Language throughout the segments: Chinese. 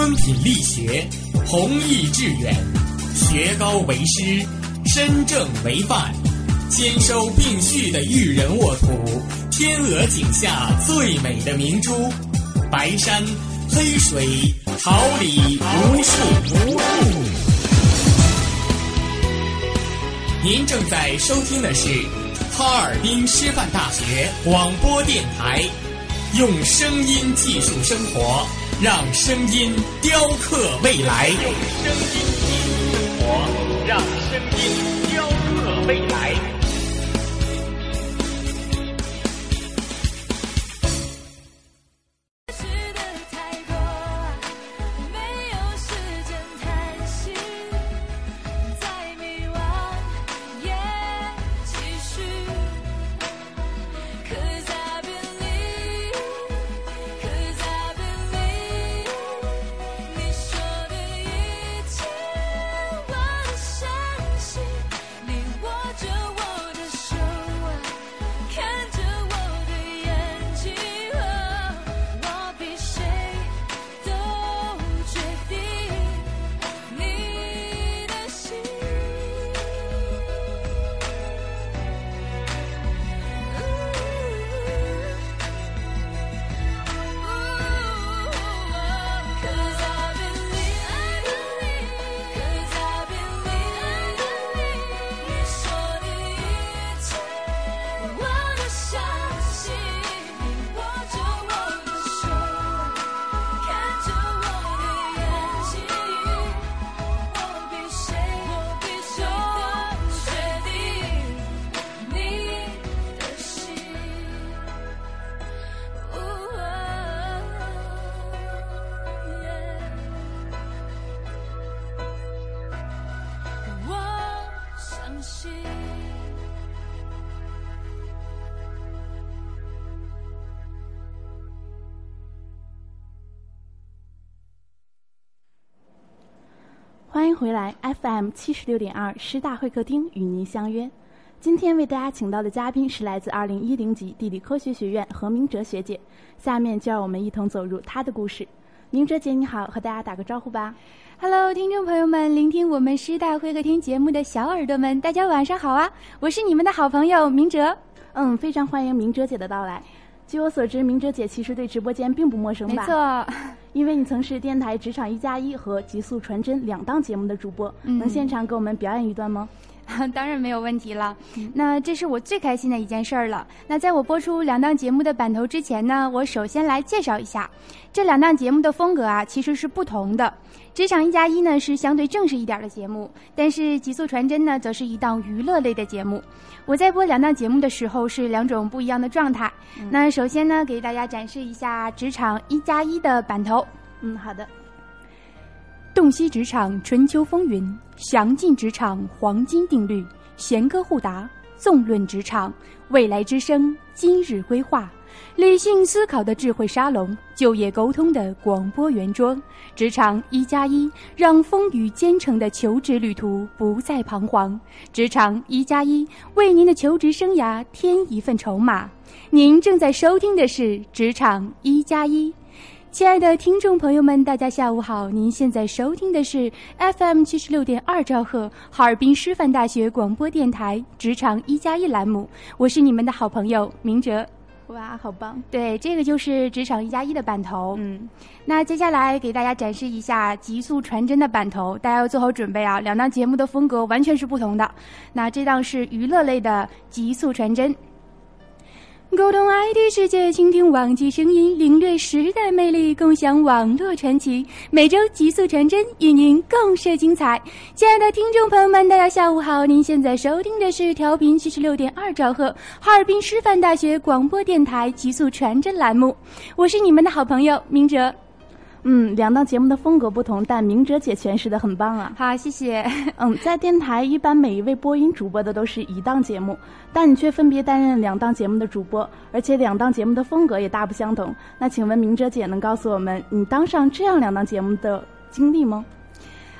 敦品力学，弘毅致远，学高为师，身正为范，兼收并蓄的育人沃土，天鹅颈下最美的明珠，白山黑水，桃李无数。您正在收听的是哈尔滨师范大学广播电台，用声音技术生活，让声音雕刻未来。用声音技术生活，让声音雕刻未来。 欢迎回来 FM 76.2师大会客厅与您相约。今天为大家请到的嘉宾是来自2010级地理科学学院何明哲学姐，下面就让我们一同走入她的故事。明哲姐你好，和大家打个招呼吧。 Hello， 听众朋友们，聆听我们师大会客厅节目的小耳朵们，大家晚上好啊！我是你们的好朋友明哲。 非常欢迎明哲姐的到来。据我所知，明哲姐其实对直播间并不陌生吧？ 没错， 因为你曾是电台职场1+1和极速传真2档节目的主播，能现场给我们表演一段吗？ 当然没有问题了。那这是我最开心的一件事儿了。那在我播出2档节目的版头之前呢，我首先来介绍一下这2档节目的风格啊，其实是不同的。职场1+1呢是相对正式一点的节目，但是极速传真呢则是一档娱乐类的节目。我在播2档节目的时候是2种不一样的状态。那首先呢，给大家展示一下职场1+1的版头。 好的。 洞悉职场春秋风云，详尽职场黄金定律，弦歌互答，纵论职场未来之声，今日规划，理性思考的智慧沙龙，就业沟通的广播圆桌。职场1+1，让风雨兼程的求职旅途不再彷徨。职场1+1，为您的求职生涯添一份筹码。您正在收听的是职场1+1。亲爱的听众朋友们，大家下午好！您现在收听的是 FM 76.2兆赫哈尔滨师范大学广播电台职场1+1栏目，我是你们的好朋友明哲。 哇，好棒！ 对，这个就是职场1+1的版头。那接下来给大家展示一下极速传真的版头，大家要做好准备啊！2档节目的风格完全是不同的。那这档是娱乐类的极速传真。沟通爱的世界，倾听网际声音，领略时代魅力，共享网络传奇。每周极速传真，与您共设精彩。亲爱的听众朋友们，大家下午好！您现在收听的是调频76.2兆赫哈尔滨师范大学广播电台极速传真栏目，我是你们的好朋友明哲。 2档节目的风格不同，但明哲姐诠释的很棒啊！ 好，谢谢。 在电台一般每一位播音主播的都是1档节目，但你却分别担任2档节目的主播，而且2档节目的风格也大不相同。那请问明哲姐能告诉我们你当上这样2档节目的经历吗？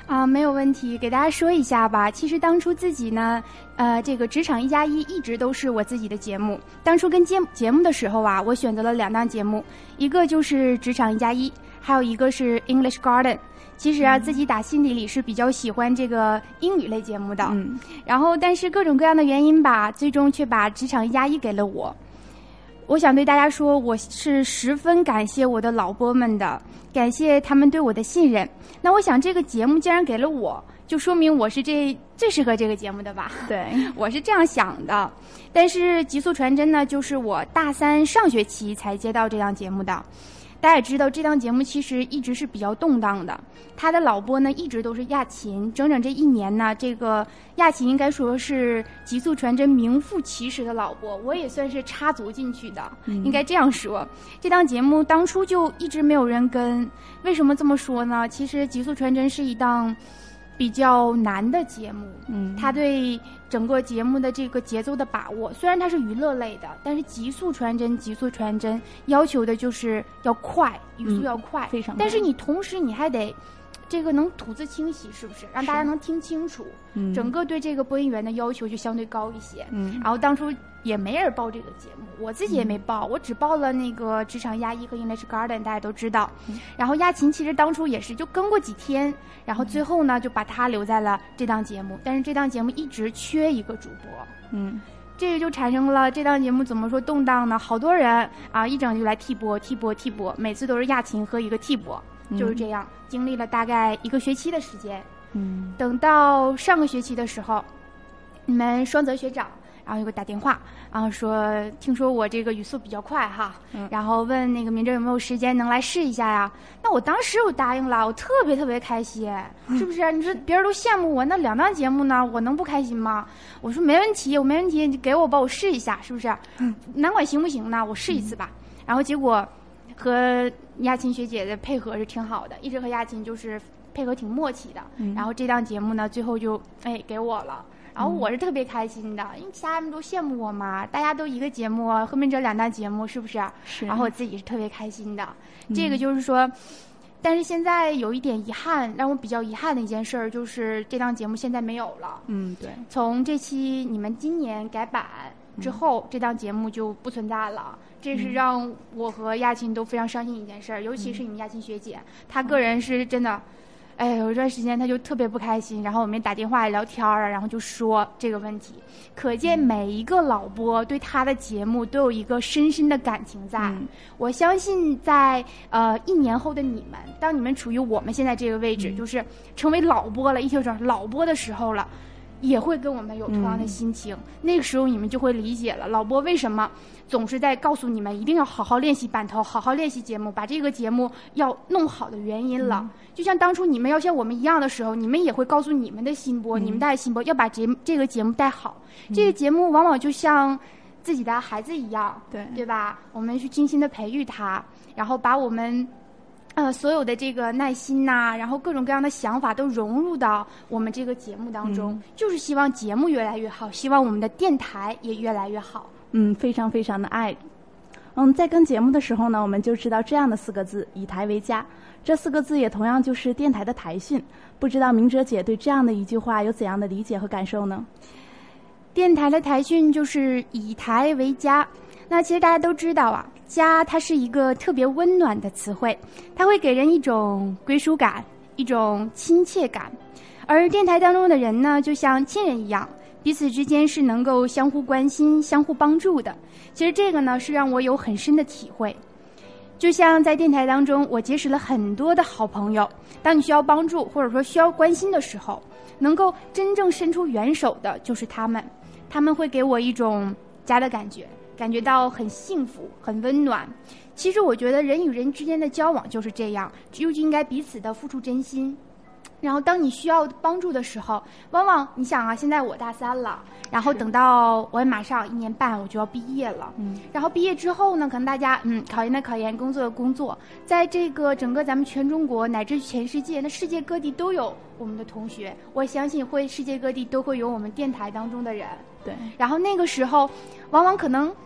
没有问题，给大家说一下吧。其实当初自己呢，这个职场1+1一直都是我自己的节目。当初跟节目的时候啊，我选择了2档节目，一个就是职场1+1，还有一个是 English Garden。其实啊，自己打心底里是比较喜欢这个英语类节目的。然后但是各种各样的原因吧，最终却把职场1+1给了我。我想对大家说，我是十分感谢我的老播们的，感谢他们对我的信任。那我想这个节目既然给了我，就说明我是最适合这个节目的吧？ 对， 我是这样想的。但是极速传真呢，就是我大3上学期才接到这档节目的。大家也知道，这档节目其实一直是比较动荡的。他的老播呢，一直都是亚琴。整整这1年呢，这个亚琴应该说是极速传真名副其实的老播，我也算是插足进去的，应该这样说。这档节目当初就一直没有人跟，为什么这么说呢？其实极速传真是一档比较难的节目，它对整个节目的这个节奏的把握，虽然它是娱乐类的，但是极速传真要求的就是要快，语速要快， 非常快。 但是你同时你还得这个能吐字清晰，是不是？让大家能听清楚。整个对这个播音员的要求就相对高一些。然后当初也没人报这个节目，我自己也没报，我只报了那个职场1+1和 English Garden， 大家都知道。然后亚琴其实当初也是就跟过几天，然后最后呢就把他留在了这档节目，但是这档节目一直缺一个主播。这个就产生了这档节目怎么说动荡呢？好多人啊一整就来替播，每次都是亚琴和一个替播，就是这样，经历了大概1个学期的时间。等到上个学期的时候，你们双泽学长然后又给我打电话，然后说听说我这个语速比较快哈，然后问那个明哲有没有时间能来试一下呀？那我当时我答应了，我特别开心，是不是？你说别人都羡慕我，那2档节目呢，我能不开心吗？我说没问题，你给我吧，我试一下，是不是？难管行不行呢？我试一次吧。然后结果和亚琴学姐的配合是挺好的，一直和亚琴就是配合挺默契的。然后这档节目呢，最后就给我了。然后我是特别开心的，因为其他人都羡慕我嘛，大家都一个节目，和明哲2档节目，是不是？是。然后我自己是特别开心的。这个就是说，但是现在有一点遗憾，让我比较遗憾的一件事儿，就是这档节目现在没有了。对。从这期你们今年改版之后，这档节目就不存在了。这是让我和亚琴都非常伤心一件事儿，尤其是你们亚琴学姐，她个人是真的。有一段时间他就特别不开心，然后我们打电话聊天啊，然后就说这个问题，可见每一个老播对他的节目都有一个深深的感情在。我相信在1年后的你们，当你们处于我们现在这个位置，就是成为老播了，一听说老播的时候了，也会跟我们有同样的心情。那个时候你们就会理解了老播为什么总是在告诉你们一定要好好练习板头，好好练习节目，把这个节目要弄好的原因了。就像当初你们要像我们一样的时候，你们也会告诉你们的新播，你们带新播要把这个节目带好。这个节目往往就像自己的孩子一样，对吧？我们去精心的培育他，然后把我们所有的这个耐心呐，然后各种各样的想法都融入到我们这个节目当中，就是希望节目越来越好，希望我们的电台也越来越好。 非常非常的爱。在跟节目的时候呢，我们就知道这样的4个字，以台为家。这4个字也同样就是电台的台训。不知道明哲姐对这样的一句话有怎样的理解和感受呢？ 电台的台训就是以台为家。那其实大家都知道啊，家它是一个特别温暖的词汇，它会给人一种归属感，一种亲切感。而电台当中的人呢，就像亲人一样，彼此之间是能够相互关心、相互帮助的。其实这个呢，是让我有很深的体会。就像在电台当中，我结识了很多的好朋友，当你需要帮助或者说需要关心的时候，能够真正伸出援手的就是他们。他们会给我一种家的感觉，感觉到很幸福、很温暖。其实我觉得人与人之间的交往就是这样，就应该彼此的付出真心。然后当你需要帮助的时候，往往你想啊，现在我大3了，然后等到我马上1年半我就要毕业了，然后毕业之后呢，可能大家考研的考研，工作的工作，在这个整个咱们全中国乃至全世界，那世界各地都有我们的同学，我相信世界各地都会有我们电台当中的人。对，然后那个时候往往可能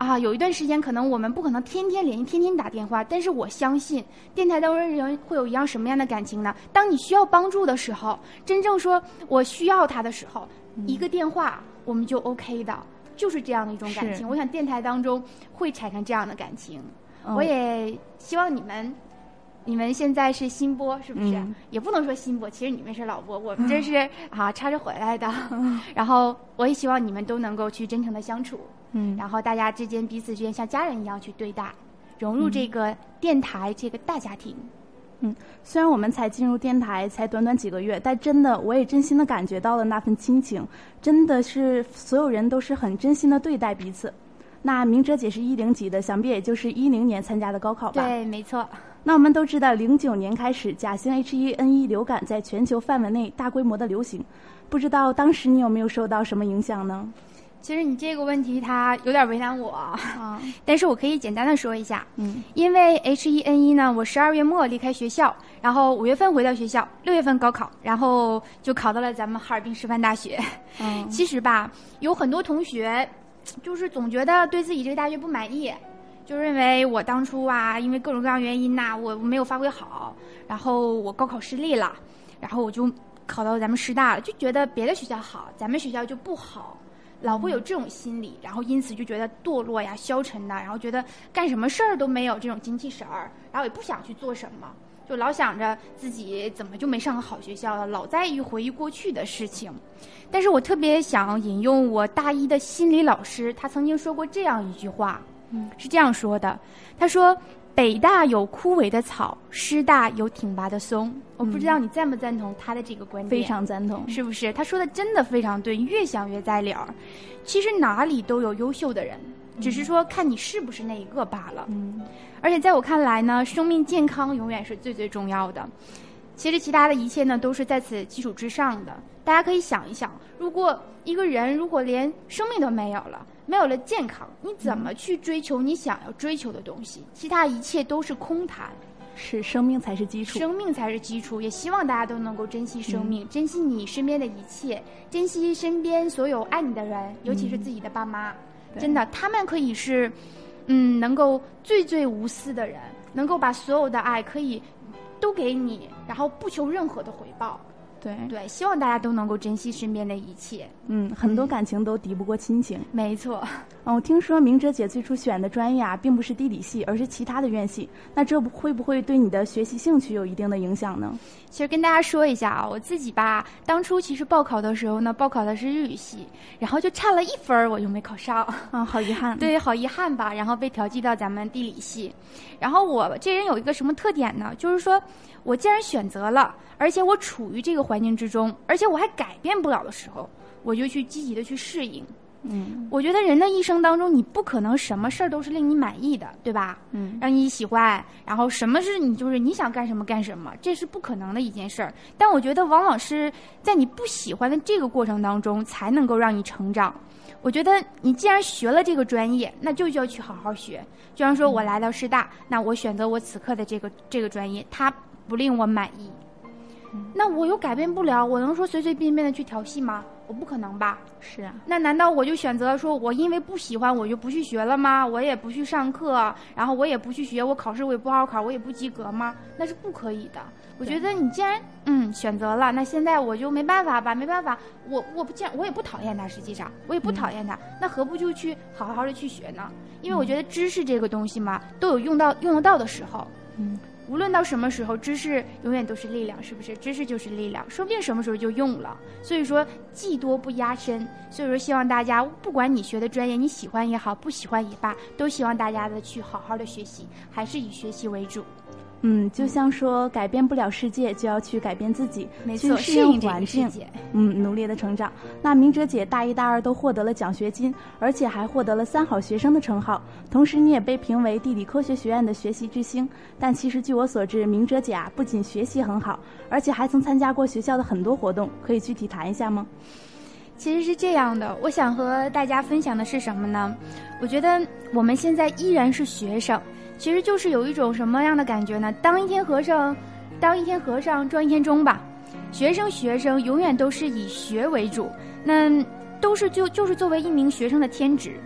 啊，有一段时间可能我们不可能天天联系、天天打电话，但是我相信电台当中人会有一样什么样的感情呢？当你需要帮助的时候，真正说我需要他的时候，一个电话我们就 OK 的，就是这样的一种感情。我想电台当中会产生这样的感情，我也希望你们现在是新播是不是？也不能说新播，其实你们是老播，我们这是插着回来的。然后我也希望你们都能够去真诚的相处，然后大家之间彼此之间像家人一样去对待，融入这个电台这个大家庭。 虽然我们才进入电台才短短几个月，但真的我也真心的感觉到了那份亲情，真的是所有人都是很真心的对待彼此。那明哲姐是10级的，想必也就是10年参加的高考吧？ 对，没错。 那我们都知道09年开始甲型 H1N1 流感在全球范围内大规模的流行，不知道当时你有没有受到什么影响呢？ 其实你这个问题它有点为难我但是我可以简单的说一下。因为 H1N1 呢，我12月末离开学校，然后5月份回到学校，6月份高考，然后就考到了咱们哈尔滨师范大学。其实吧，有很多同学就是总觉得对自己这个大学不满意，就认为我当初因为各种各样原因我没有发挥好，然后我高考失利了，然后我就考到咱们师大了，就觉得别的学校好，咱们学校就不好，老会有这种心理，然后因此就觉得堕落呀、消沉的，然后觉得干什么事儿都没有这种精气神儿，然后也不想去做什么，就老想着自己怎么就没上个好学校了，老在于回忆过去的事情。但是我特别想引用我大一的心理老师，他曾经说过这样一句话，是这样说的，他说北大有枯萎的草，师大有挺拔的松。我不知道你赞不赞同他的这个观点？ 非常赞同， 是不是？他说的真的非常对，越想越在理儿。其实哪里都有优秀的人，只是说看你是不是那一个罢了。而且在我看来呢，生命健康永远是最最重要的。其实其他的一切呢，都是在此基础之上的。大家可以想一想，如果一个人连生命都没有了，没有了健康，你怎么去追求你想要追求的东西？其他一切都是空谈。 是，生命才是基础， 生命才是基础。也希望大家都能够珍惜生命，珍惜你身边的一切，珍惜身边所有爱你的人，尤其是自己的爸妈。真的，他们可以是能够最最无私的人，能够把所有的爱可以都给你，然后不求任何的回报。对，希望大家都能够珍惜身边的一切。 很多感情都敌不过亲情。 没错。 我听说明哲姐最初选的专业并不是地理系，而是其他的院系，那这会不会对你的学习兴趣有一定的影响呢？ 其实跟大家说一下我自己吧，当初其实报考的时候呢，报考的是日语系，然后就差了1分我就没考上好遗憾。 对，好遗憾吧，然后被调剂到咱们地理系。然后我这人有一个什么特点呢，就是说我既然选择了，而且我处于这个环境之中，而且我还改变不了的时候，我就去积极的去适应。我觉得人的一生当中，你不可能什么事儿都是令你满意的，对吧？让你喜欢，然后什么是你就是你想干什么干什么，这是不可能的一件事儿。但我觉得往往是在你不喜欢的这个过程当中，才能够让你成长。我觉得你既然学了这个专业，那就要去好好学。就像说我来到师大，那我选择我此刻的这个专业，它不令我满意，那我又改变不了，我能说随随便便的去调戏吗？我不可能吧。 是啊。 那难道我就选择说我因为不喜欢我就不去学了吗？我也不去上课，然后我也不去学，我考试我也不好好考，我也不及格吗？那是不可以的。我觉得你既然选择了，那现在我就没办法吧，没办法，我也不讨厌他，实际上我也不讨厌他，那何不就去好好的去学呢？因为我觉得知识这个东西嘛，都有用得到的时候。无论到什么时候，知识永远都是力量，是不是？知识就是力量，说不定什么时候就用了。所以说技多不压身，所以说希望大家不管你学的专业你喜欢也好，不喜欢也罢，都希望大家的去好好的学习，还是以学习为主。 就像说改变不了世界，就要去改变自己， 没错， 去适应环境，努力的成长。那明哲姐大1、大2都获得了奖学金，而且还获得了3好学生的称号，同时你也被评为地理科学学院的学习之星。但其实据我所知，明哲姐不仅学习很好，而且还曾参加过学校的很多活动，可以具体谈一下吗？ 其实是这样的，我想和大家分享的是什么呢？我觉得我们现在依然是学生，其实就是有一种什么样的感觉呢？当一天和尚撞一天钟吧。学生永远都是以学为主，那都是就是作为一名学生的天职。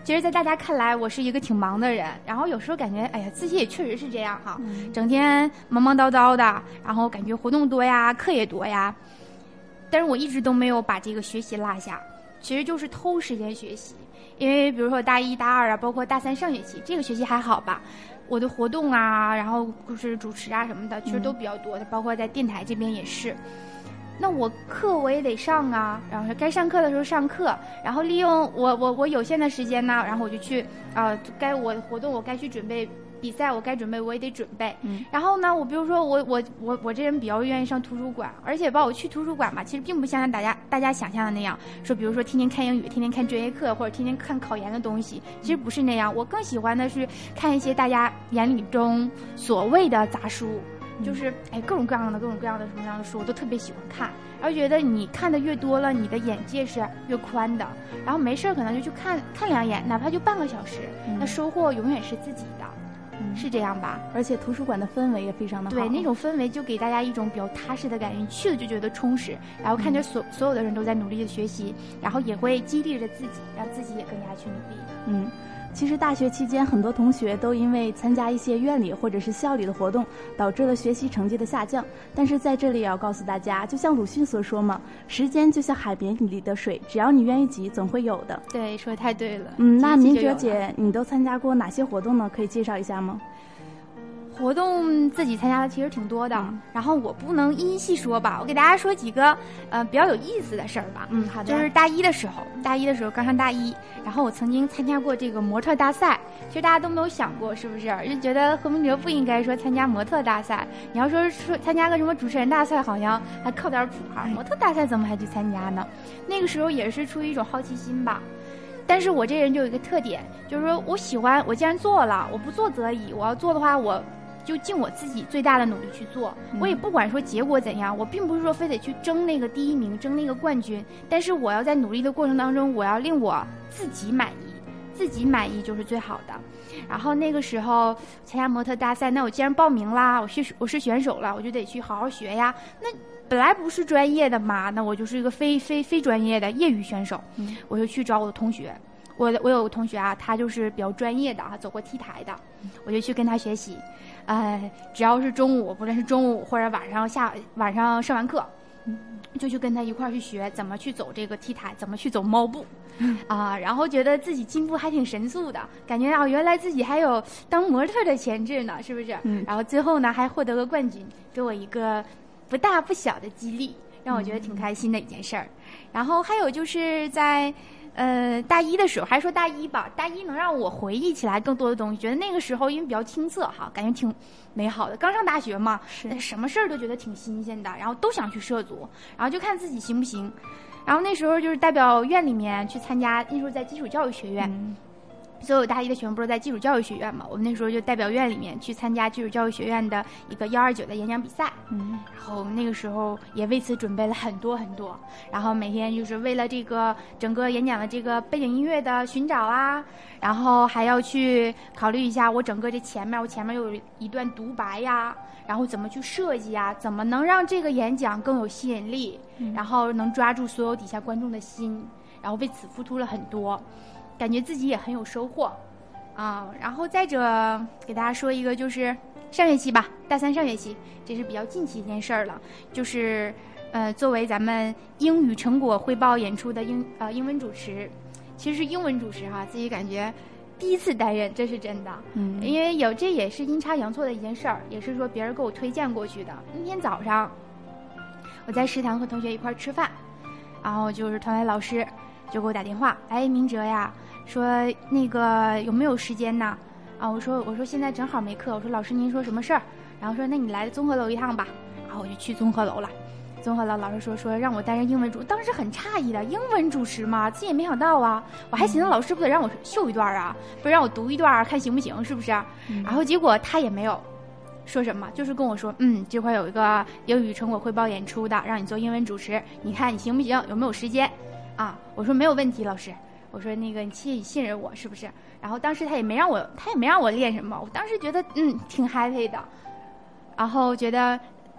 其实在大家看来我是一个挺忙的人，然后有时候感觉哎呀自己也确实是这样哈，整天忙忙叨叨的，然后感觉活动多呀，课也多呀，但是我一直都没有把这个学习落下，其实就是偷时间学习。因为比如说大一大二啊，包括大三上学期，这个学期还好吧，我的活动啊，然后就是主持啊什么的其实都比较多的，包括在电台这边也是。那我课我也得上啊，然后该上课的时候上课，然后利用我有限的时间呢，然后我就去该我的活动我该去准备，比赛我该准备我也得准备。然后呢，我比如说我这人比较愿意上图书馆，而且我去图书馆嘛，其实并不像大家想象的那样，说比如说天天看英语，天天看专业课，或者天天看考研的东西，其实不是那样。我更喜欢的是看一些大家眼里中所谓的杂书。就是各种各样的什么样的书我都特别喜欢看，而觉得你看的越多了，你的眼界是越宽的。然后没事可能就去看2眼，哪怕就半个小时，那收获永远是自己的。是这样吧？ 而且图书馆的氛围也非常的好。 对，那种氛围就给大家一种比较踏实的感觉，你去了就觉得充实，然后看着所有的人都在努力的学习，然后也会激励着自己，让自己也更加去努力。 其实大学期间很多同学都因为参加一些院里或者是校里的活动，导致了学习成绩的下降。但是在这里也要告诉大家，就像鲁迅所说嘛，时间就像海绵里的水，只要你愿意挤，总会有的。 对，说得太对了。 那明哲姐，你都参加过哪些活动呢？可以介绍一下吗？ 活动自己参加的其实挺多的，然后我不能一一细说吧，我给大家说几个比较有意思的事儿吧。 好的。 就是大一的时候刚上大一，然后我曾经参加过这个模特大赛。其实大家都没有想过，是不是就觉得何明哲不应该说参加模特大赛？你要说参加个什么主持人大赛，好像还靠点谱哈。模特大赛怎么还去参加呢？那个时候也是出于一种好奇心吧。但是我这人就有一个特点，就是说我喜欢，我既然做了，我不做则已。我要做的话，我就尽我自己最大的努力去做，我也不管说结果怎样，我并不是说非得去争那个第一名，争那个冠军，但是我要在努力的过程当中，我要令我自己满意，自己满意就是最好的。然后那个时候参加模特大赛，那我既然报名啦，我是选手了，我就得去好好学呀。那本来不是专业的嘛，那我就是一个非专业的业余选手，我就去找我的同学。我有个同学啊，他就是比较专业的啊，走过 T 台的，我就去跟他学习。只要是中午，不论是中午或者晚上上完课，就去跟他一块儿去学怎么去走这个 T 台，怎么去走猫步，然后觉得自己进步还挺神速的，感觉原来自己还有当模特的潜质呢，是不是？然后最后呢还获得个冠军，给我一个不大不小的激励，让我觉得挺开心的一件事儿。然后还有就是在大一的时候，还说大一吧，大一能让我回忆起来更多的东西，觉得那个时候因为比较青涩哈，感觉挺美好的。刚上大学嘛，什么事儿都觉得挺新鲜的，然后都想去涉足，然后就看自己行不行。然后那时候就是代表院里面去参加，那时候在基础教育学院。所有大一的学生不是在基础教育学院嘛？我们那时候就代表院里面去参加基础教育学院的一个129的演讲比赛。然后那个时候也为此准备了很多很多，然后每天就是为了这个整个演讲的这个背景音乐的寻找啊，然后还要去考虑一下我整个我前面有一段独白呀，然后怎么去设计啊，怎么能让这个演讲更有吸引力，然后能抓住所有底下观众的心，然后为此付出了很多。感觉自己也很有收获，然后再者给大家说一个，就是上学期吧，大三上学期，这是比较近期一件事儿了，就是作为咱们英语成果汇报演出的英文主持，其实是英文主持哈，自己感觉第一次担任，这是真的，因为这也是阴差阳错的一件事儿，也是说别人给我推荐过去的。那天早上我在食堂和同学一块儿吃饭，然后就是团委老师就给我打电话，明哲呀，说那个有没有时间呢？我说现在正好没课。我说老师您说什么事儿？然后说那你来综合楼一趟吧。然后我就去综合楼了。综合楼老师说让我担任英文主，当时很诧异的，英文主持嘛，自己也没想到啊。我还寻思老师不得让我秀一段啊，不是让我读一段看行不行，是不是？然后结果他也没有说什么，就是跟我说这块有一个英语成果汇报演出的，让你做英文主持，你看你行不行？有没有时间？我说没有问题，老师。我说那个你信任我是不是？然后当时他也没让我练什么，我当时觉得挺 happy 的，然后觉得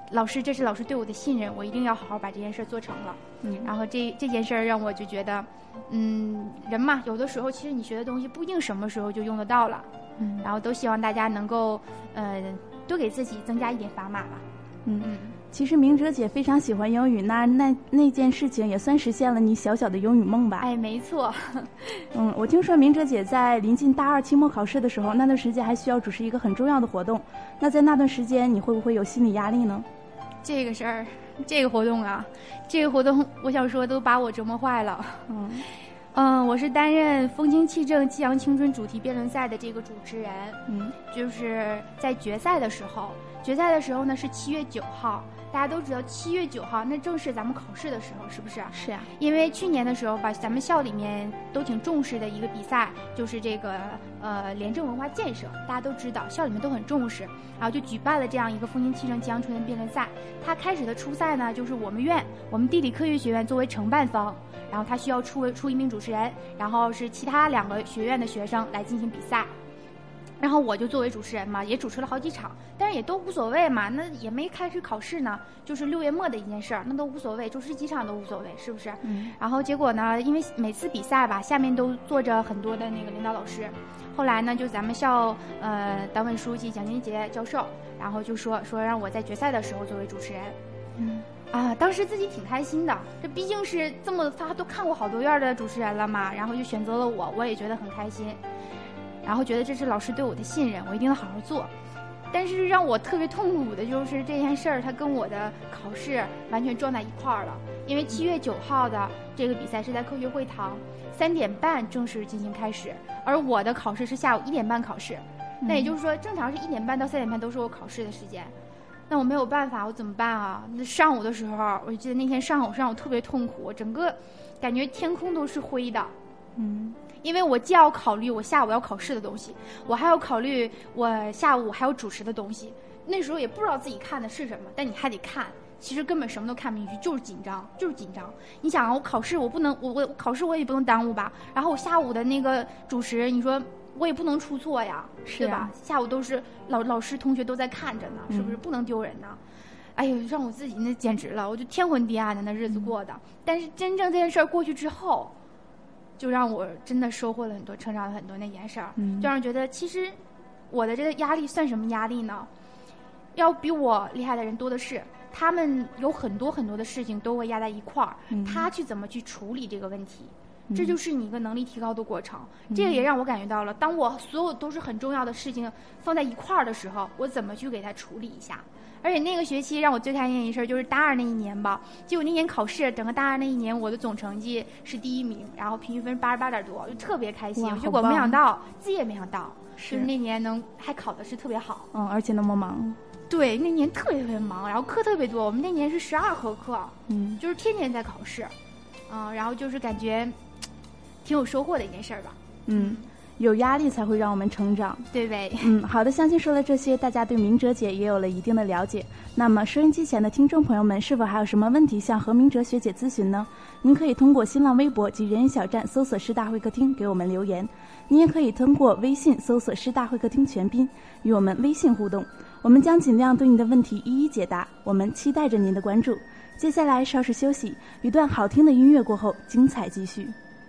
老师，这是老师对我的信任，我一定要好好把这件事做成了。然后这件事让我就觉得，人嘛，有的时候其实你学的东西不一定什么时候就用得到了。然后都希望大家能够，多给自己增加一点砝码吧。 其实明哲姐非常喜欢英语，那件事情也算实现了你小小的英语梦吧？ 哎，没错。 我听说明哲姐在临近大2期末考试的时候，那段时间还需要主持一个很重要的活动。那在那段时间，你会不会有心理压力呢？ 这个事儿，这个活动啊，我想说都把我折磨坏了。我是担任风清气正激扬青春主题辩论赛的这个主持人。就是在决赛的时候呢是7月9号。大家都知道7月9号那正是咱们考试的时候，是不是？ 是啊。 因为去年的时候把咱们校里面都挺重视的一个比赛，就是这个廉政文化建设，大家都知道校里面都很重视，然后就举办了这样一个风清气正激扬青春辩论赛。它开始的初赛呢，就是我们地理科学学院作为承办方，然后它需要出一名主持人，然后是其他2个学院的学生来进行比赛。然后我就作为主持人嘛，也主持了好几场，但是也都无所谓嘛，那也没开始考试呢，就是6月末的一件事儿，那都无所谓，主持几场都无所谓，是不是？然后结果呢，因为每次比赛吧，下面都坐着很多的那个领导老师，后来呢，就咱们校党委书记蒋金杰教授，然后就说让我在决赛的时候作为主持人。当时自己挺开心的，这毕竟是这么都看过好多院的主持人了嘛，然后就选择了我也觉得很开心。然后觉得这是老师对我的信任，我一定要好好做。但是让我特别痛苦的就是这件事儿，它跟我的考试完全撞在一块儿了。因为7月9号的这个比赛是在科学会堂，3点半正式进行开始，而我的考试是下午1点半考试。那也就是说，正常是1点半到3点半都是我考试的时间。那我没有办法，我怎么办啊？那上午的时候，我就记得那天上午让我特别痛苦，我整个感觉天空都是灰的。因为我既要考虑我下午要考试的东西，我还要考虑我下午还有主持的东西。那时候也不知道自己看的是什么，但你还得看，其实根本什么都看不进去，就是紧张。你想啊，我考试我不能，我考试我也不能耽误吧？然后我下午的那个主持，你说我也不能出错呀，对吧？下午都是老师同学都在看着呢，是不是不能丢人呢？哎呦，让我自己那简直了，我就天昏地暗的那日子过的。但是真正这件事儿过去之后，就让我真的收获了很多，成长了很多那件事儿，就让人觉得其实我的这个压力算什么压力呢？要比我厉害的人多的是，他们有很多很多的事情都会压在一块儿，他去怎么去处理这个问题，这就是你一个能力提高的过程。这个也让我感觉到了，当我所有都是很重要的事情放在一块儿的时候，我怎么去给它处理一下。而且那个学期让我最开心的一事就是大2那一年吧，结果那年考试，整个大2那一年我的总成绩是第1名，然后平均分88点多，就特别开心。结果没想到，自己也没想到，就是那年还考的是特别好。 而且那么忙。 对，那年特别忙，然后课特别多，我们那年是12科课，就是天天在考试，然后就是感觉挺有收获的一件事儿吧。 有压力才会让我们成长， 对呗？ 好的，相信说了这些，大家对明哲姐也有了一定的了解。那么收音机前的听众朋友们，是否还有什么问题向何明哲学姐咨询呢？您可以通过新浪微博及人人小站搜索师大会客厅给我们留言，您也可以通过微信搜索师大会客厅全拼与我们微信互动，我们将尽量对您的问题一一解答，我们期待着您的关注。接下来稍事休息，一段好听的音乐过后，精彩继续。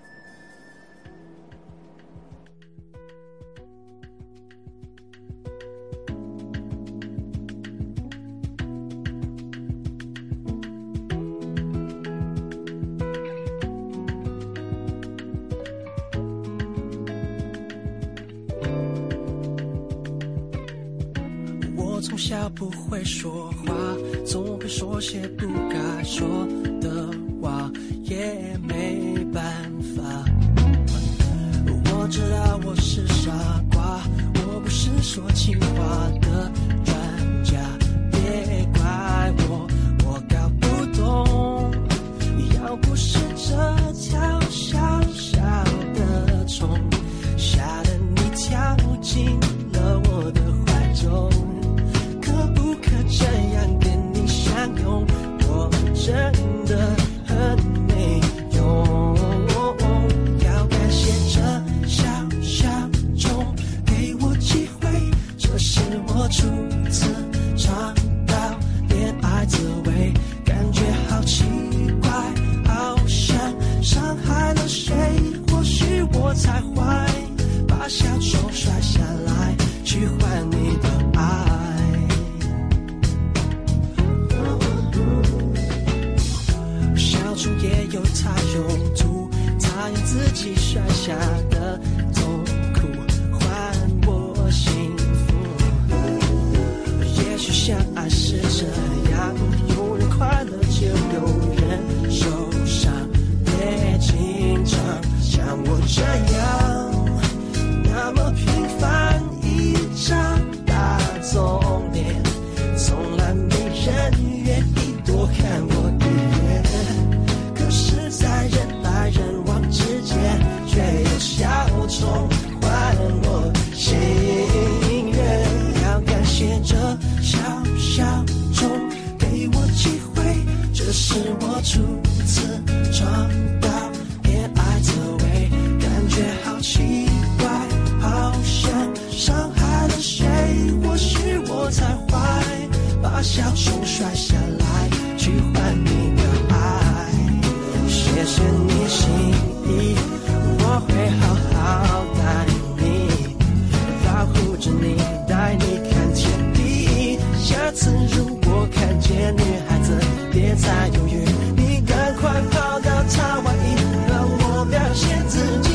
从小不会说话，总会说些不该说的话，也没办法。我知道我是傻瓜，我不是说情话的专家，别怪我，我搞不懂。要不是这条小小的虫，吓得你跳进了我的怀中，这样跟你相拥，我真的很没用。要感谢这小小钟给我机会，这是我出这样，那么平凡一张大总脸，从来没人愿意多看我一眼。可是，在人来人往之间，却有小虫换我心愿。要感谢这小小虫给我机会，这是我初次尝到恋爱滋味，感觉好奇怪，好像伤害了谁。或许我才坏，把小虫摔下来去换你的爱。谢谢你心意，我会好好待你，保护着你，带你看天地。下次如果看见女孩子，别再犹豫，你赶快跑到她怀里，让我表现自己。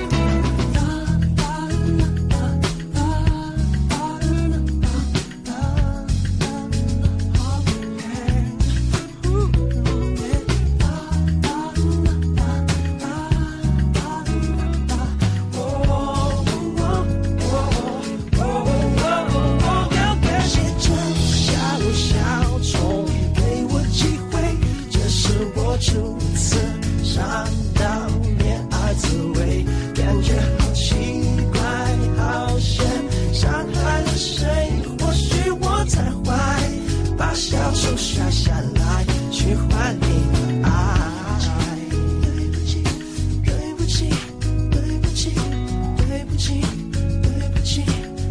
初次尝到恋爱滋味，感觉好奇怪，好像伤害了谁。或许我才坏，把小虫摔下来去换你的爱。对不起，对不起，对不起，对不起，对不起。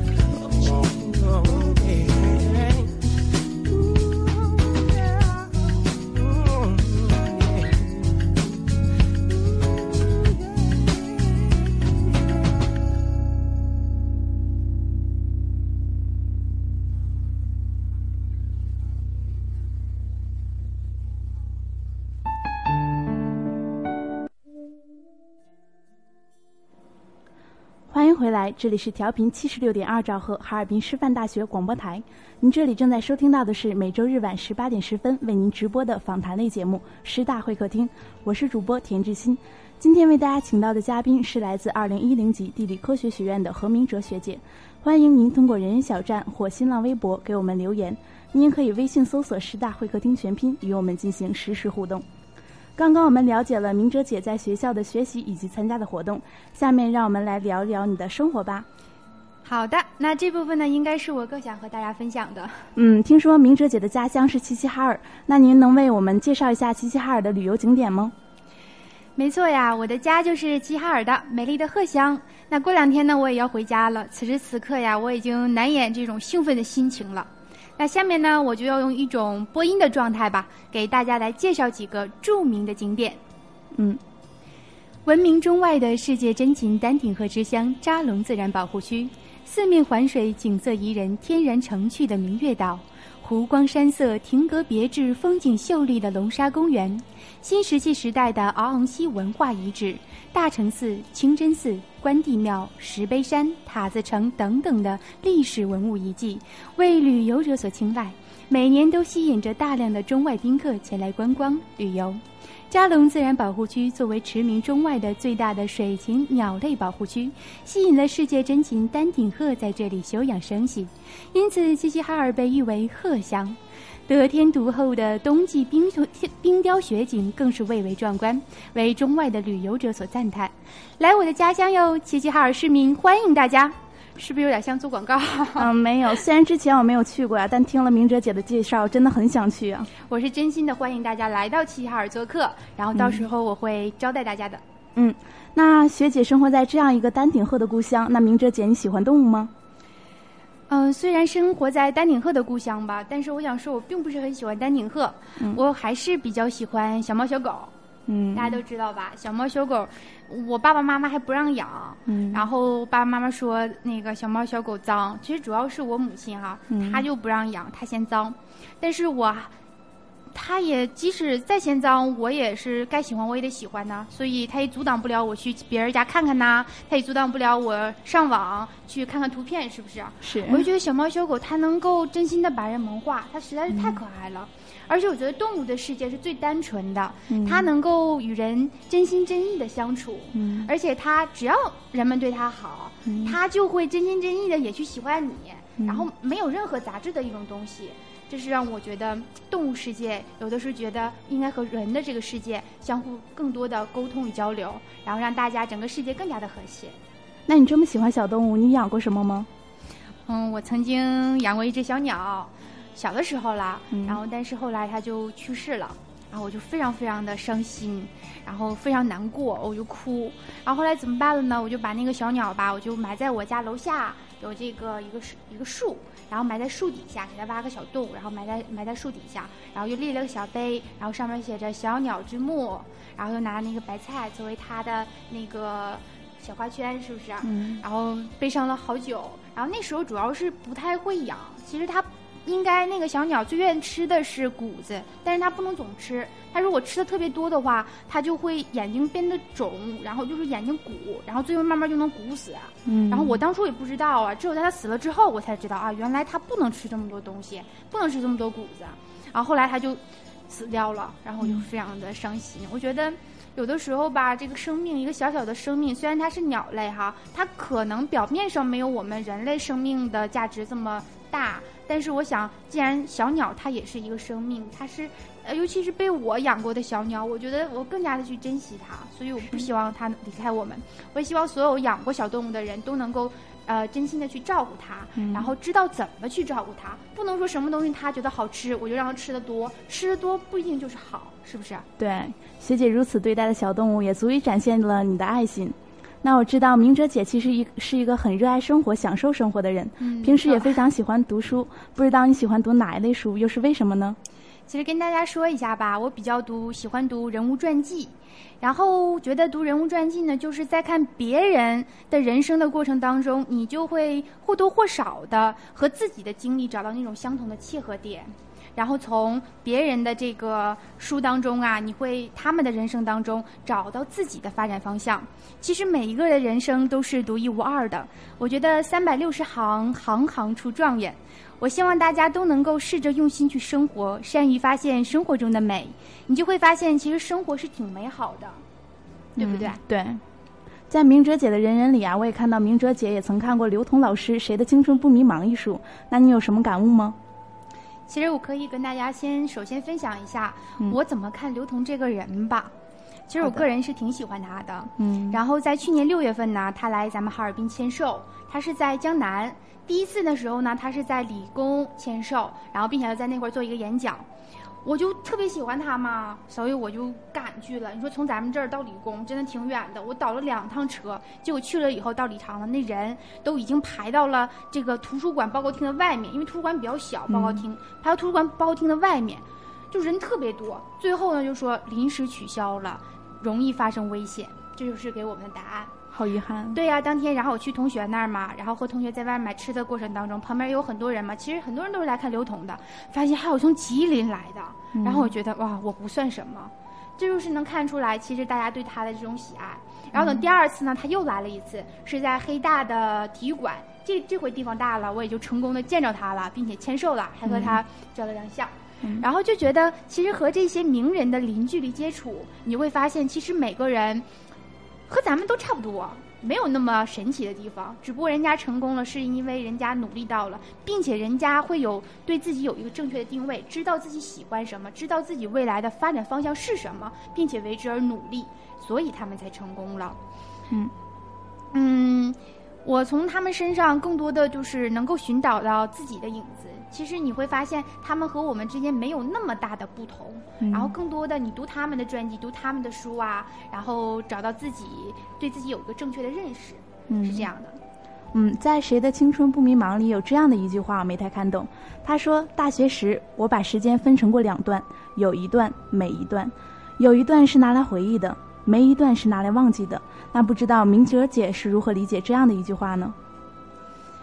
欢迎回来，这里是调频76.2兆赫哈尔滨师范大学广播台。您这里正在收听到的是每周日晚18点10分为您直播的访谈类节目《师大会客厅》，我是主播田志新。今天为大家请到的嘉宾是来自2010级地理科学学院的何明哲学姐。欢迎您通过人人小站或新浪微博给我们留言，您也可以微信搜索师大会客厅全拼与我们进行实时互动。刚刚我们了解了明哲姐在学校的学习以及参加的活动，下面让我们来聊聊你的生活吧。 好的，那这部分呢，应该是我更想和大家分享的。 听说明哲姐的家乡是齐齐哈尔，那您能为我们介绍一下齐齐哈尔的旅游景点吗？ 没错呀，我的家就是齐齐哈尔的美丽的鹤乡。那过2天呢，我也要回家了。此时此刻呀，我已经难掩这种兴奋的心情了。那下面呢，我就要用一种播音的状态吧，给大家来介绍几个著名的景点。闻名中外的世界珍禽丹顶鹤之乡扎龙自然保护区，四面环水，景色宜人，天然成趣的明月岛，湖光山色，亭阁别致，风景秀丽的龙沙公园，新石器时代的敖昂溪文化遗址，大成寺、清真寺、关帝庙、石碑山、塔子城等等的历史文物遗迹，为旅游者所青睐，每年都吸引着大量的中外宾客前来观光旅游。扎龙自然保护区作为驰名中外的最大的水禽鸟类保护区，吸引了世界珍禽丹顶鹤在这里休养生息，因此齐齐哈尔被誉为鹤乡。得天独厚的冬季冰雕雪景更是蔚为壮观，为中外的旅游者所赞叹。来我的家乡哟，齐齐哈尔市民欢迎大家。是不是有点像做广告？ 没有，虽然之前我没有去过呀，但听了明哲姐的介绍，真的很想去啊。 我是真心的欢迎大家来到齐齐哈尔做客，然后到时候我会招待大家的。 那学姐生活在这样一个丹顶鹤的故乡，那明哲姐你喜欢动物吗？ 虽然生活在丹顶鹤的故乡吧，但是我想说我并不是很喜欢丹顶鹤，我还是比较喜欢小猫小狗。大家都知道吧，小猫小狗我爸爸妈妈还不让养，然后爸爸妈妈说那个小猫小狗脏，其实主要是我母亲她就不让养，她嫌脏。但是我它也即使再嫌脏，我也是该喜欢我也得喜欢呐，所以它也阻挡不了我去别人家看看呐，它也阻挡不了我上网去看看图片，是不是？ 是。 我就觉得小猫小狗它能够真心的把人萌化，它实在是太可爱了。而且我觉得动物的世界是最单纯的，它能够与人真心真意的相处，而且它只要人们对它好，它就会真心真意的也去喜欢你，然后没有任何杂质的一种东西。这是让我觉得动物世界有的时候觉得应该和人的这个世界相互更多的沟通与交流，然后让大家整个世界更加的和谐。 那你这么喜欢小动物，你养过什么吗？ 我曾经养过一只小鸟，小的时候啦，然后但是后来它就去世了，然后我就非常非常的伤心，然后非常难过，我就哭。然后后来怎么办了呢？我就把那个小鸟吧，我就埋在我家楼下有这个一个树，然后埋在树底下，给它挖个小洞，然后埋在树底下，然后又立了个小碑，然后上面写着小鸟之墓，然后又拿那个白菜作为它的那个小花圈，是不是？然后悲伤了好久。然后那时候主要是不太会养，其实它应该那个小鸟最愿意吃的是谷子，但是它不能总吃，它如果吃的特别多的话，它就会眼睛变得肿，然后就是眼睛鼓，然后最后慢慢就能鼓死。然后我当初也不知道啊，只有在它死了之后我才知道啊，原来它不能吃这么多东西，不能吃这么多谷子。然后后来它就死掉了，然后我就非常的伤心。我觉得有的时候吧，这个生命，一个小小的生命，虽然它是鸟类哈，它可能表面上没有我们人类生命的价值这么大，但是我想既然小鸟它也是一个生命，它是尤其是被我养过的小鸟，我觉得我更加的去珍惜它，所以我不希望它离开我们。我也希望所有养过小动物的人都能够真心的去照顾它，然后知道怎么去照顾它，不能说什么东西它觉得好吃我就让它吃得多，吃得多不一定就是好，是不是？ 对，学姐如此对待的小动物也足以展现了你的爱心。那我知道明哲姐其实是一个很热爱生活享受生活的人，平时也非常喜欢读书，不知道你喜欢读哪一类书，又是为什么呢？ 其实跟大家说一下吧，我比较喜欢读人物传记，然后觉得读人物传记呢，就是在看别人的人生的过程当中，你就会或多或少的和自己的经历找到那种相同的契合点，然后从别人的这个书当中啊，你会他们的人生当中找到自己的发展方向。其实每一个人的人生都是独一无二的，我觉得360行，行行出状元。我希望大家都能够试着用心去生活，善于发现生活中的美，你就会发现其实生活是挺美好的，对不对？ 对。在明哲姐的人人里啊，我也看到明哲姐也曾看过刘同老师《谁的青春不迷茫》一书，那你有什么感悟吗？ 其实我可以跟大家首先分享一下我怎么看刘同这个人吧。其实我个人是挺喜欢他的，然后在去年6月份呢，他来咱们哈尔滨签售，他是在江南。第一次的时候呢，他是在理工签售，然后并且在那块做一个演讲，我就特别喜欢他嘛，所以我就赶去了。你说从咱们这儿到理工真的挺远的，我倒了2趟车，结果去了以后到礼堂了，那人都已经排到了这个图书馆报告厅的外面，因为图书馆比较小，报告厅排到图书馆报告厅的外面，就人特别多。最后呢就说临时取消了，容易发生危险，这就是给我们的答案。 好遗憾。 对呀，当天然后我去同学那儿嘛，然后和同学在外面买吃的过程当中，旁边有很多人嘛，其实很多人都是来看刘同的，发现还有从吉林来的，然后我觉得哇，我不算什么，这就是能看出来其实大家对他的这种喜爱。然后等第二次呢，他又来了一次，是在黑大的体育馆，这回地方大了，我也就成功的见着他了，并且签售了，还和他照了张相。然后就觉得其实和这些名人的零距离接触，你会发现其实每个人和咱们都差不多，没有那么神奇的地方，只不过人家成功了是因为人家努力到了，并且人家会有对自己有一个正确的定位，知道自己喜欢什么，知道自己未来的发展方向是什么，并且为之而努力，所以他们才成功了。我从他们身上更多的就是能够寻找到自己的影子。其实你会发现他们和我们之间没有那么大的不同，然后更多的你读他们的传记，读他们的书啊，然后找到自己对自己有一个正确的认识，是这样的。 在《谁的青春不迷茫》里有这样的一句话我没太看懂，他说大学时我把时间分成过2段，有一段每一段，有一段是拿来回忆的，没一段是拿来忘记的。那不知道明哲姐是如何理解这样的一句话呢？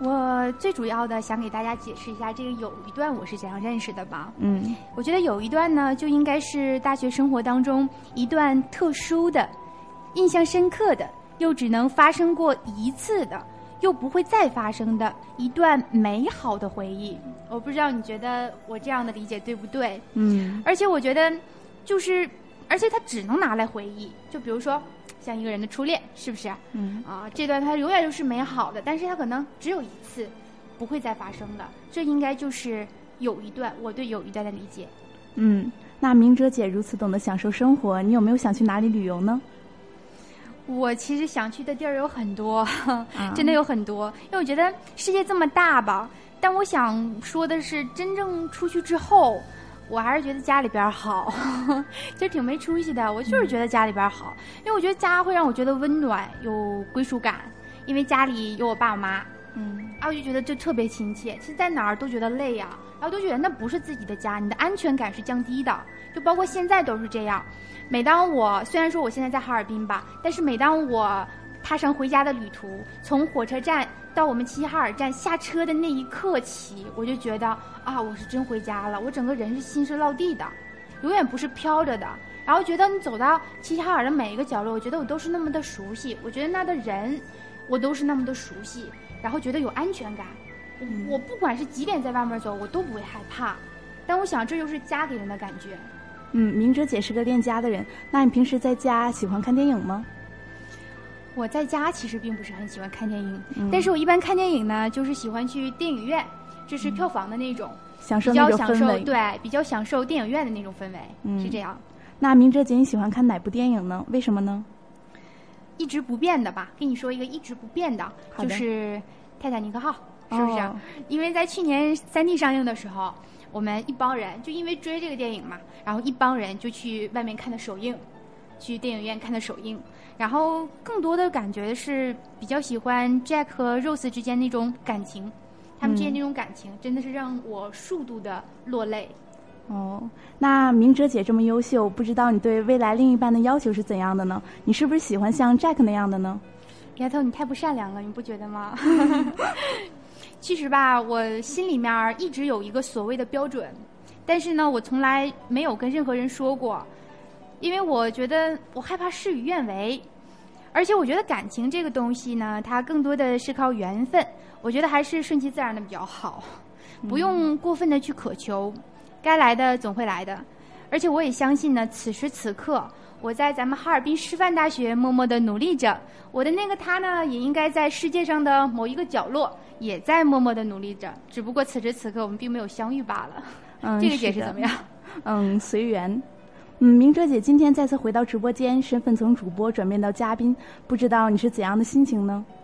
我最主要的想给大家解释一下这个友谊段我是怎样认识的吧。我觉得友谊段呢就应该是大学生活当中一段特殊的、印象深刻的，又只能发生过一次的，又不会再发生的一段美好的回忆。我不知道你觉得我这样的理解对不对？而且我觉得而且它只能拿来回忆，就比如说像一个人的初恋，是不是？这段它永远都是美好的，但是它可能只有一次，不会再发生的。这应该就是友谊段，我对友谊段的理解。 那明哲姐如此懂得享受生活，你有没有想去哪里旅游呢？ 我其实想去的地儿有很多，真的有很多，因为我觉得世界这么大吧。但我想说的是，真正出去之后，我还是觉得家里边好，其实挺没出息的。我就是觉得家里边好，因为我觉得家会让我觉得温暖有归属感，因为家里有我爸我妈，我就觉得就特别亲切。其实在哪儿都觉得累呀，然后都觉得那不是自己的家，你的安全感是降低的。就包括现在都是这样。每当我虽然说我现在在哈尔滨吧，但是每当我踏上回家的旅途，从火车站到我们齐齐哈尔站下车的那一刻起，我就觉得我是真回家了，我整个人是心是落地的，永远不是飘着的。然后觉得你走到齐齐哈尔的每一个角落，我觉得我都是那么的熟悉，我觉得那的人我都是那么的熟悉，然后觉得有安全感。我不管是几点在外面走，我都不会害怕。但我想这就是家给人的感觉。 明哲姐是个恋家的人，那你平时在家喜欢看电影吗？ 我在家其实并不是很喜欢看电影，但是我一般看电影呢，就是喜欢去电影院，就是票房的那种， 享受那种氛围。 对，比较享受电影院的那种氛围，是这样。 那明哲姐你喜欢看哪部电影呢？为什么呢？ 一直不变的吧，跟你说一个一直不变的，就是《泰坦尼克号》，是不是？因为在去年3D 上映的时候，我们一帮人就因为追这个电影嘛，然后一帮人就去外面看的首映，去电影院看的首映。然后更多的感觉是比较喜欢 Jack 和 Rose 之间那种感情，他们之间那种感情真的是让我数度的落泪。 那明哲姐这么优秀，不知道你对未来另一半的要求是怎样的呢？你是不是喜欢像 Jack 那样的呢？ 丫头，你太不善良了，你不觉得吗？其实吧，我心里面一直有一个所谓的标准，但是呢，我从来没有跟任何人说过，因为我觉得我害怕事与愿违，而且我觉得感情这个东西呢，它更多的是靠缘分，我觉得还是顺其自然的比较好，不用过分的去渴求，该来的总会来的。而且我也相信呢，此时此刻我在咱们哈尔滨师范大学默默的努力着，我的那个他呢，也应该在世界上的某一个角落也在默默的努力着，只不过此时此刻我们并没有相遇罢了。这个解释怎么样？ 随缘。明哲姐今天再次回到直播间，身份从主播转变到嘉宾，不知道你是怎样的心情呢？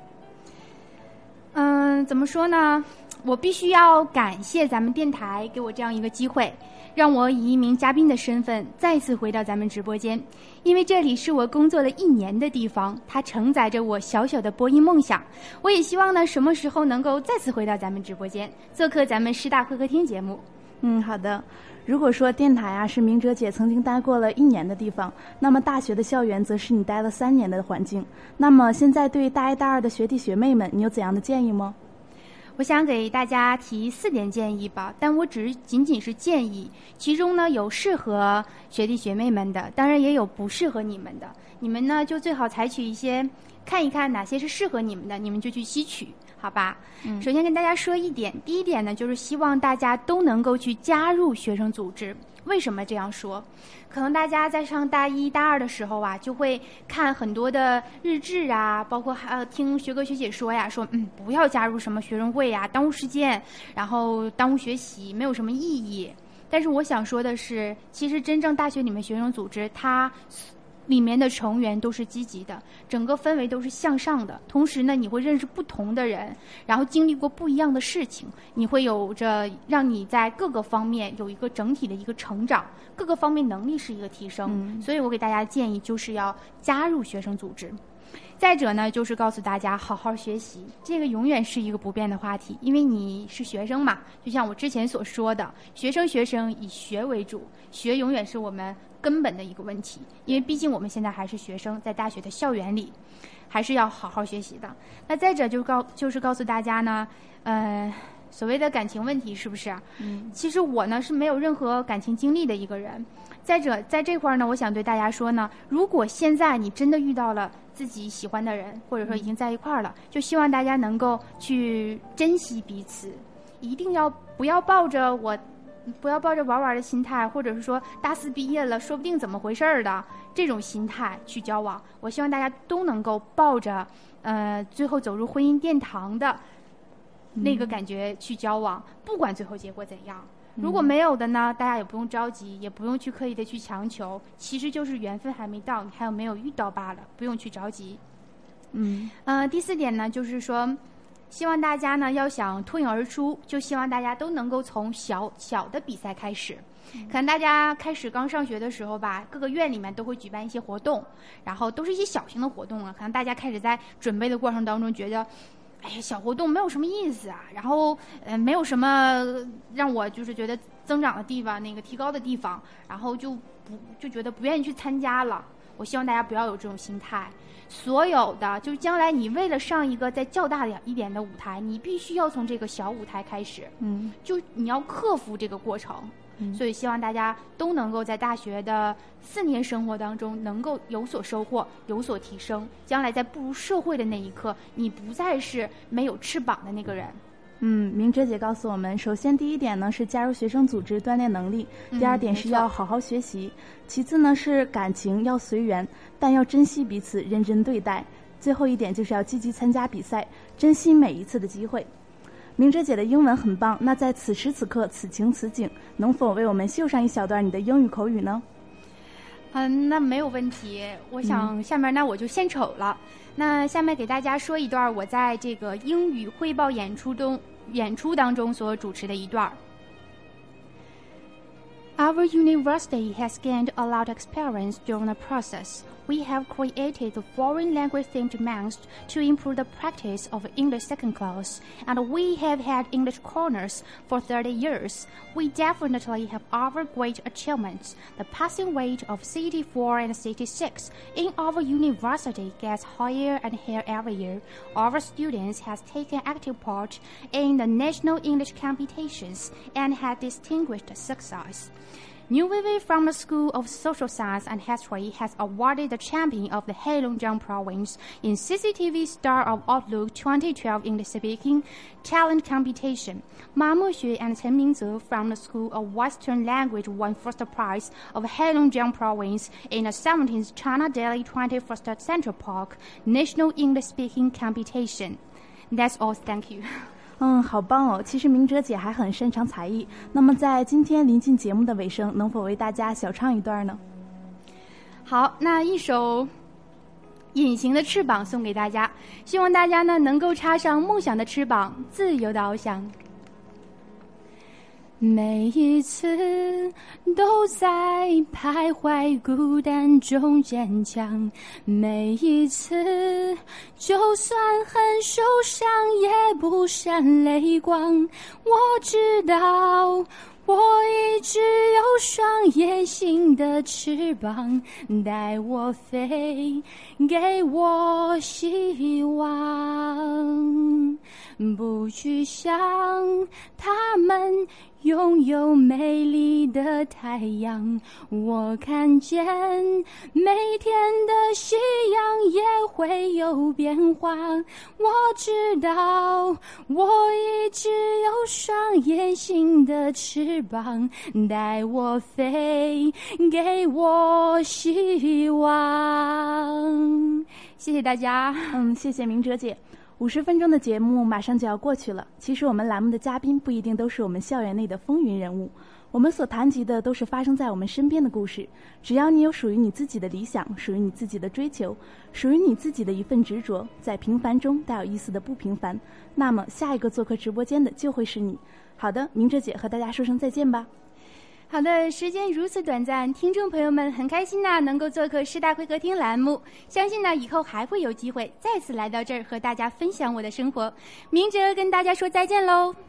怎么说呢？我必须要感谢咱们电台给我这样一个机会，让我以一名嘉宾的身份再次回到咱们直播间，因为这里是我工作了1年的地方，它承载着我小小的播音梦想。我也希望呢，什么时候能够再次回到咱们直播间，做客咱们师大会客厅节目。 好的。如果说电台是明哲姐曾经待过了1年的地方，那么大学的校园则是你待了3年的环境。那么现在对大1大2的学弟学妹们，你有怎样的建议吗？ 我想给大家提4点建议吧，但我仅仅是建议，其中呢有适合学弟学妹们的，当然也有不适合你们的。你们呢就最好采取一些，看一看哪些是适合你们的，你们就去吸取，好吧？首先跟大家说一点，第一点呢就是希望大家都能够去加入学生组织。为什么这样说？可能大家在上大1大2的时候就会看很多的日志包括听学哥学姐说说不要加入什么学生会耽误时间，然后耽误学习，没有什么意义。但是我想说的是，其实真正大学里面学生组织，它里面的成员都是积极的，整个氛围都是向上的。同时呢，你会认识不同的人，然后经历过不一样的事情，你会有着让你在各个方面有一个整体的一个成长，各个方面能力是一个提升。所以我给大家建议就是要加入学生组织。再者呢，就是告诉大家好好学习，这个永远是一个不变的话题，因为你是学生嘛，就像我之前所说的，学生以学为主，学永远是我们根本的一个问题，因为毕竟我们现在还是学生，在大学的校园里。 还是要好好学习的。那再者就是告诉大家呢，所谓的感情问题是不是？其实我呢是没有任何感情经历的一个人。再者在这块呢，我想对大家说呢，如果现在你真的遇到了自己喜欢的人，或者说已经在一块了，就希望大家能够去珍惜彼此，一定不要抱着玩玩的心态，或者是说大四毕业了说不定怎么回事儿的这种心态去交往。我希望大家都能够抱着最后走入婚姻殿堂的那个感觉去交往，不管最后结果怎样。如果没有的呢，大家也不用着急，也不用去刻意的去强求，其实就是缘分还没到，你还有没有遇到罢了，不用去着急。第4点呢，就是说希望大家呢要想脱颖而出，就希望大家都能够从小的比赛开始。可能大家开始刚上学的时候吧，各个院里面都会举办一些活动，然后都是一些小型的活动啊。可能大家开始在准备的过程当中觉得，哎呀，小活动没有什么意思啊，然后没有什么让我就是觉得增长的地方，那个提高的地方，然后就觉得不愿意去参加了。我希望大家不要有这种心态。所有的就是将来你为了上一个再较大一点的舞台，你必须要从这个小舞台开始，就你要克服这个过程。所以希望大家都能够在大学的4年生活当中能够有所收获，有所提升，将来在步入社会的那一刻，你不再是没有翅膀的那个人。 明哲姐告诉我们，首先第1点呢是加入学生组织锻炼能力，第2点是要好好学习，其次呢是感情要随缘，但要珍惜彼此，认真对待，最后1点就是要积极参加比赛，珍惜每一次的机会。明哲姐的英文很棒，那在此时此刻此情此景，能否为我们秀上一小段你的英语口语呢？ 那没有问题。我想下面呢我就献丑了。那下面给大家说一段我在这个英语汇报演出当中所主持的一段。Our university has gained a lot of experience during the process. We have created the foreign language themed months to improve the practice of English second class, and we have had English corners for 30 years. We definitely have other great achievements. The passing rate of CT4 and CT6 in our university gets higher and higher every year. Our students have taken active part in the national English competitions and had distinguished success. New Vivi from the School of Social Science and History has awarded the champion of the Heilongjiang Province in CCTV Star of Outlook 2012 English Speaking Talent Competition. Ma Mexue and Chen Mingze from the School of Western Language won first prize of Heilongjiang Province in the 17th China Daily 21st Central Park National English Speaking Competition. That's all. Thank you. 好棒哦！其实明哲姐还很擅长才艺。那么在今天临近节目的尾声，能否为大家小唱一段呢？ 好，那一首《隐形的翅膀》送给大家，希望大家呢能够插上梦想的翅膀，自由的翱翔。每一次都在徘徊孤单中坚强，每一次就算很受伤也不闪泪光。我知道我一直有双野性的翅膀，带我飞，给我希望。不去想他们拥有美丽的太阳，我看见每天的夕阳也会有变化。我知道我一直有双野性的翅膀，带我飞，给我希望。谢谢大家。 谢谢明哲姐。50分钟的节目马上就要过去了。其实我们栏目的嘉宾不一定都是我们校园内的风云人物，我们所谈及的都是发生在我们身边的故事。只要你有属于你自己的理想，属于你自己的追求，属于你自己的一份执着，在平凡中带有一丝的不平凡，那么下一个做客直播间的就会是你。好的，明哲姐和大家说声再见吧。 好的，时间如此短暂，听众朋友们很开心能够做客师大会客厅栏目，相信以后还会有机会再次来到这儿和大家分享我的生活。明哲跟大家说再见喽。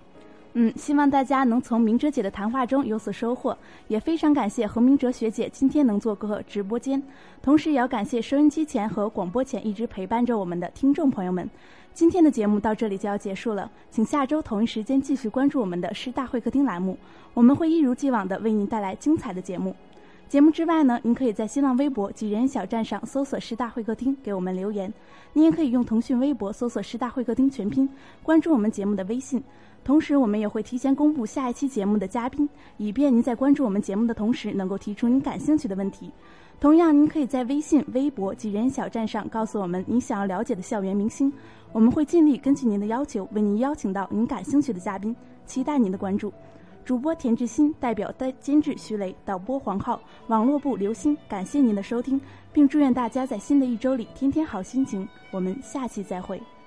希望大家能从明哲姐的谈话中有所收获，也非常感谢何明哲学姐今天能做客直播间，同时也要感谢收音机前和广播前一直陪伴着我们的听众朋友们。今天的节目到这里就要结束了，请下周同一时间继续关注我们的师大会客厅栏目，我们会一如既往的为您带来精彩的节目。节目之外呢，您可以在新浪微博及人人小站上搜索师大会客厅给我们留言，您也可以用腾讯微博搜索师大会客厅全拼，关注我们节目的微信。同时我们也会提前公布下一期节目的嘉宾，以便您在关注我们节目的同时能够提出您感兴趣的问题。同样您可以在微信、微博及人人小站上告诉我们您想要了解的校园明星，我们会尽力根据您的要求为您邀请到您感兴趣的嘉宾，期待您的关注。主播田志新代表监制徐雷，导播黄浩，网络部刘鑫，感谢您的收听，并祝愿大家在新的一周里天天好心情。我们下期再会。